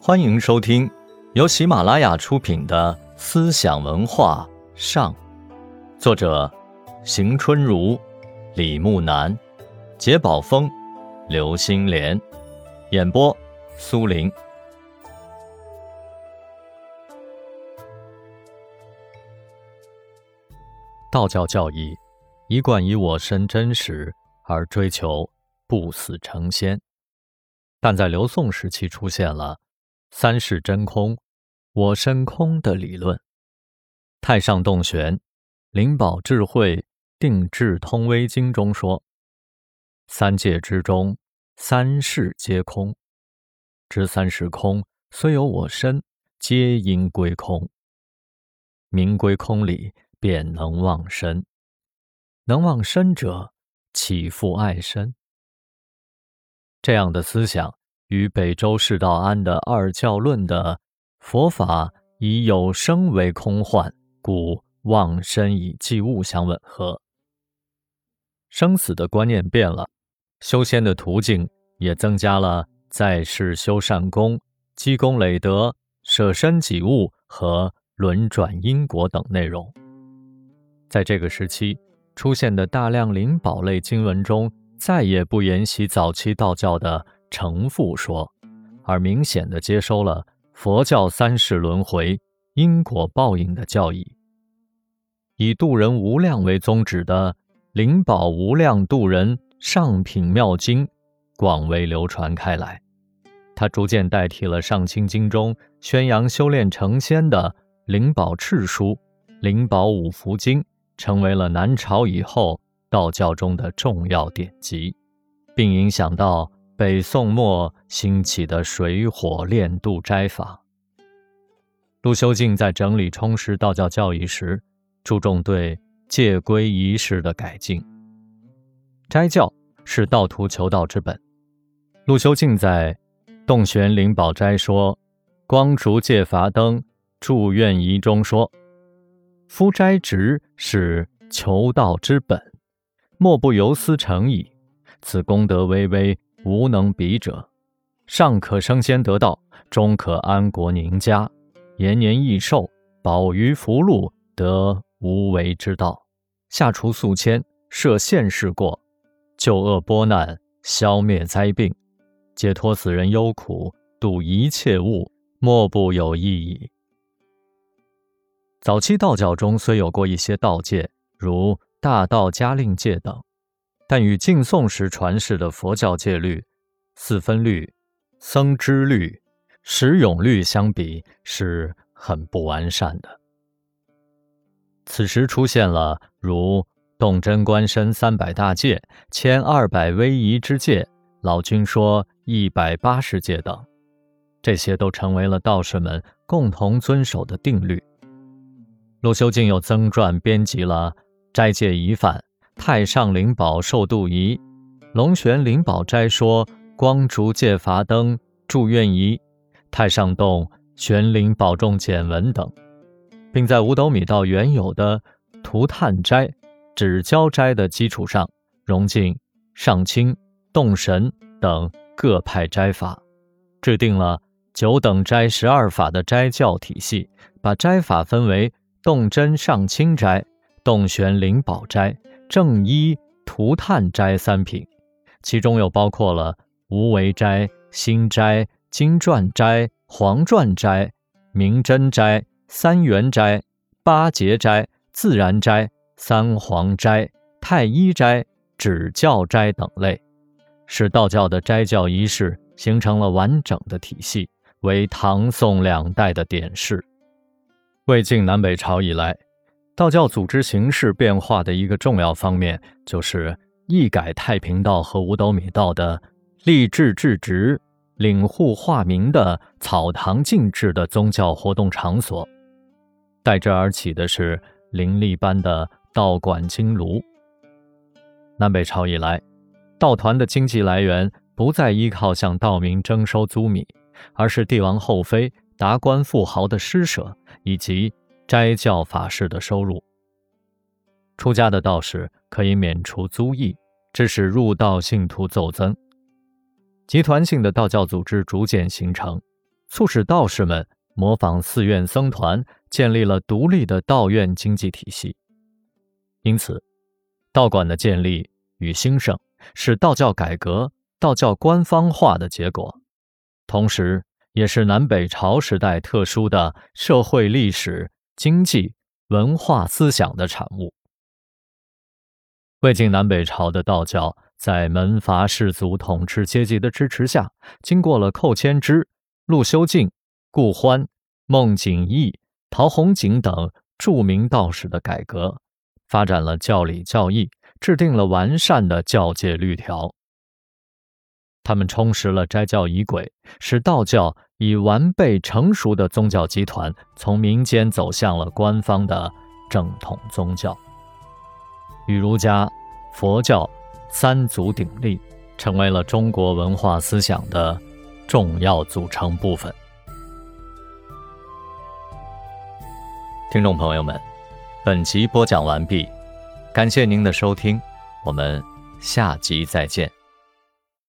欢迎收听由喜马拉雅出品的《思想文化上》，作者邢春如、李木南、杰宝峰、刘星莲，演播苏林。道教教义一贯以我身真实而追求不死成仙，但在刘宋时期出现了三世真空、我身空的理论。太上洞玄灵宝智慧定智通微经中说，三界之中，三世皆空，知三世空，虽有我身，皆因归空。明归空理，便能忘身，能忘身者，岂复爱身？这样的思想与北周释道安的二教论的佛法以有生为空幻，故忘身以济物相吻合。生死的观念变了，修仙的途径也增加了在世修善功、积功累德、舍身己物和轮转因果等内容。在这个时期出现的大量灵宝类经文中，再也不沿袭早期道教的成父说，而明显地接收了佛教三世轮回、因果报应的教义。以度人无量为宗旨的灵宝无量度人上品妙经广为流传开来，它逐渐代替了上清经中宣扬修炼成仙的灵宝赤书、灵宝五福经，成为了南朝以后道教中的重要典籍，并影响到北宋末兴起的水火炼度斋法。陆修静在整理充实道教教义时，注重对戒规仪式的改进。斋教是道途求道之本。陆修静在《洞玄灵宝斋说光烛戒法灯祝愿仪》中说，夫斋职是求道之本，莫不由思成矣。此功德巍巍，无能比者。上可升仙得道，中可安国宁家，延年益寿，保于福禄，得无为之道，下除宿迁，赦现世过，救恶波难，消灭灾病，解脱死人忧苦，度一切物，莫不有意矣。早期道教中虽有过一些道戒，如大道家令戒等，但与晋宋时传世的佛教戒律、四分律、僧之律、十永律相比，是很不完善的。此时出现了如洞真观身300大戒、1200威仪之戒、老君说180戒等，这些都成为了道士们共同遵守的定律。陆修静又增撰编辑了斋戒仪范、太上灵宝受度仪、龙玄灵宝斋说光烛戒法灯祝愿仪、太上洞玄灵宝众简文等，并在五斗米道原有的涂炭斋、指交斋的基础上，融进上清、洞神等各派斋法，制定了9等斋12法的斋教体系，把斋法分为洞真上清斋、洞玄灵宝斋、正一涂炭斋3品，其中又包括了无为斋、心斋、金传斋、黄传斋、明真斋、三元斋、八节斋、自然斋、三皇斋、太一斋、指教斋等类，使道教的斋教仪式形成了完整的体系，为唐宋2代的典式。魏晋南北朝以来，道教组织形式变化的一个重要方面，就是一改太平道和五斗米道的立志制职、领户化民的草堂禁制的宗教活动场所，代之而起的是灵力般的道馆经庐。南北朝以来，道团的经济来源不再依靠向道民征收租米，而是帝王后妃、达官富豪的施舍，以及斋教法事的收入。出家的道士可以免除租役，致使入道信徒骤增。集团性的道教组织逐渐形成， 促使道士们模仿寺院僧团，建立了独立的道院经济体系。因此，道馆的建立与兴盛是道教改革、道教官方化的结果，同时也是南北朝时代特殊的社会历史、经济、文化思想的产物。魏晋南北朝的道教在门阀士族统治阶级的支持下，经过了寇谦之、陆修静、顾欢、孟景义、陶弘景等著名道士的改革，发展了教理教义，制定了完善的教界律条。他们充实了斋教仪轨，使道教以完备成熟的宗教集团从民间走向了官方的正统宗教，与儒家、佛教三足鼎立，成为了中国文化思想的重要组成部分。听众朋友们，本集播讲完毕，感谢您的收听，我们下集再见。